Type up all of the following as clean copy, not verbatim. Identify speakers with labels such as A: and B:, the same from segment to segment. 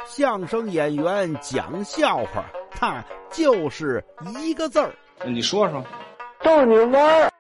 A: 相声演员讲笑话，他就是一个字儿。
B: 你说说。
C: 逗你玩儿。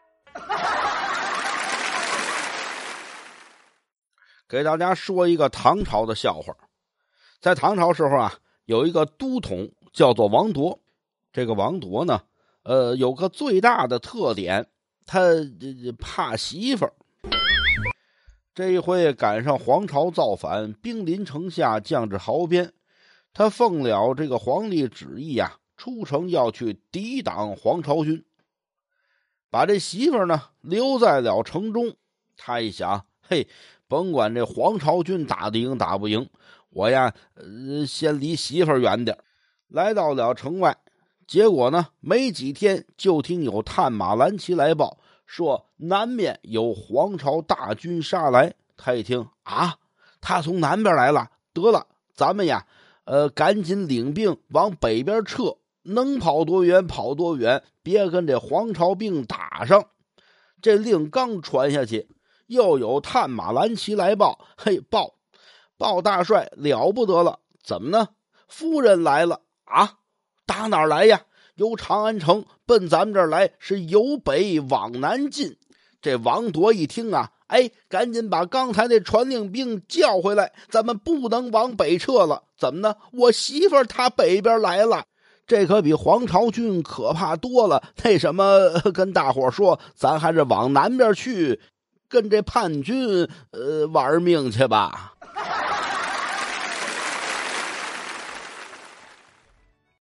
A: 给大家说一个唐朝的笑话。在唐朝时候啊，有一个都统叫做王铎。这个王铎呢，有个最大的特点，他怕媳妇儿。这一回赶上黄巢造反，兵临城下，将至壕边，他奉了这个皇帝旨意啊，出城要去抵挡黄巢军，把这媳妇儿呢留在了城中。他一想，嘿，甭管这黄巢军打得赢打不赢，我呀，先离媳妇儿远点。来到了城外，结果呢，没几天就听有探马蓝旗来报，说南面有黄巢大军杀来。他一听啊，他从南边来了，得了，咱们呀，赶紧领兵往北边撤，能跑多远跑多远，别跟这黄巢兵打上。这令刚传下去，又有探马蓝旗来报，嘿，报大帅了不得了，怎么呢？夫人来了啊！打哪儿来呀？由长安城奔咱们这儿来，是由北往南进。这王铎一听啊，赶紧把刚才那传令兵叫回来，咱们不能往北撤了。怎么呢？我媳妇儿她北边来了，这可比黄巢军可怕多了。那什么，跟大伙说，咱还是往南边去，跟这叛军玩命去吧。